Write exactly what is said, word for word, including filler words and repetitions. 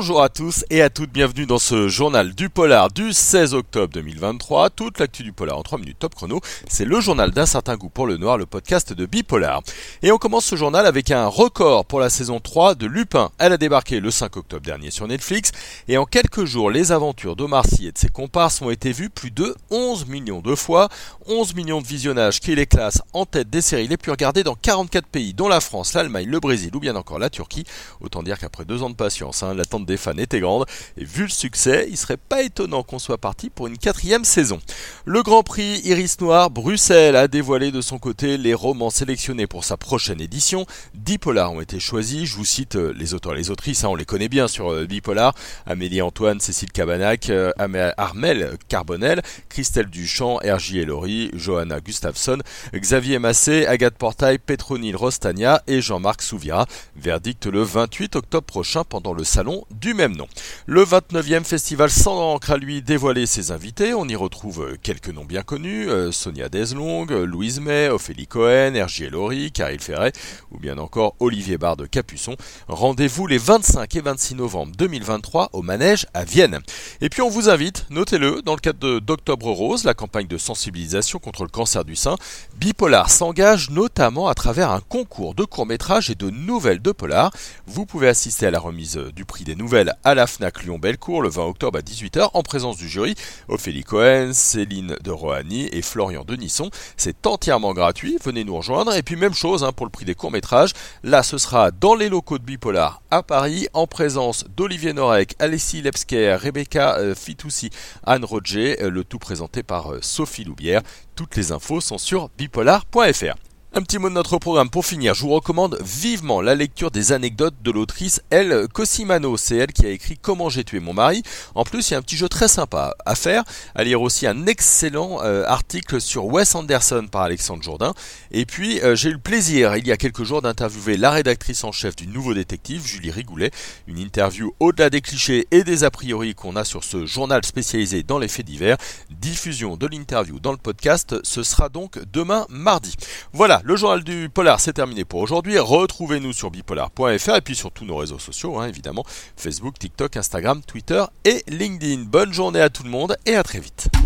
Bonjour à tous et à toutes, bienvenue dans ce journal du polar du seize octobre deux mille vingt-trois. Toute l'actu du polar en trois minutes top chrono, c'est le journal d'un certain goût pour le noir, le podcast de Bipolar. Et on commence ce journal avec un record pour la saison trois de Lupin. Elle a débarqué le cinq octobre dernier sur Netflix et en quelques jours, les aventures d'Omar Sy et de ses comparses ont été vues plus de onze millions de fois. onze millions de visionnages qui les classent en tête des séries les plus regardées dans quarante-quatre pays, dont la France, l'Allemagne, le Brésil ou bien encore la Turquie. Autant dire qu'après deux ans de patience, hein, l'attente des fans était grande et vu le succès, il serait pas étonnant qu'on soit parti pour une quatrième saison. Le Grand Prix Iris Noir Bruxelles a dévoilé de son côté les romans sélectionnés pour sa prochaine édition. dix polars ont été choisis, je vous cite euh, les auteurs et les autrices, hein, on les connaît bien sur euh, Bipolar: Amélie Antoine, Cécile Cabanac, euh, Armelle Carbonel, Christelle Duchamp, R J Ellory, Johanna Gustafsson, Xavier Massé, Agathe Portail, Petronile Rostagna et Jean-Marc Souvira. Verdict le vingt-huit octobre prochain pendant le salon du même nom. Le vingt-neuvième festival sans encre a lui dévoilé ses invités. On y retrouve quelques noms bien connus: euh, Sonia Deslong, Louise May, Ophélie Cohen, R J Ellory, Caril Ferret ou bien encore Olivier Bard de Capuçon. Rendez-vous les vingt-cinq et vingt-six novembre deux mille vingt-trois au Manège à Vienne. Et puis on vous invite, notez-le, dans le cadre de d'Octobre Rose, la campagne de sensibilisation contre le cancer du sein, Bipolar s'engage notamment à travers un concours de courts-métrages et de nouvelles de polar. Vous pouvez assister à la remise du prix des nouvelles à la Fnac Lyon-Bellecour le vingt octobre à dix-huit heures en présence du jury Ophélie Cohen, Céline de Rohani et Florian Denisson. C'est entièrement gratuit, venez nous rejoindre. Et puis même chose hein, pour le prix des courts-métrages. Là, ce sera dans les locaux de Bipolar à Paris en présence d'Olivier Norek, Alessi Lepsker, Rebecca euh, Fitoussi, Anne Roger, euh, le tout présenté par euh, Sophie Loubière. Toutes les infos sont sur bipolar point f r. Un petit mot de notre programme pour finir. Je vous recommande vivement la lecture des anecdotes de l'autrice Elle Cosimano. C'est elle qui a écrit Comment j'ai tué mon mari. En plus, il y a un petit jeu très sympa à faire. À lire aussi un excellent euh, article sur Wes Anderson par Alexandre Jourdain. Et puis, euh, j'ai eu le plaisir, il y a quelques jours, d'interviewer la rédactrice en chef du Nouveau Détective, Julie Rigoulet. Une interview au-delà des clichés et des a priori qu'on a sur ce journal spécialisé dans les faits divers. Diffusion de l'interview dans le podcast, ce sera donc demain mardi. Voilà. Le journal du polar, c'est terminé pour aujourd'hui. Retrouvez-nous sur bipolar point f r et puis sur tous nos réseaux sociaux, hein, évidemment, Facebook, TikTok, Instagram, Twitter et LinkedIn. Bonne journée à tout le monde et à très vite.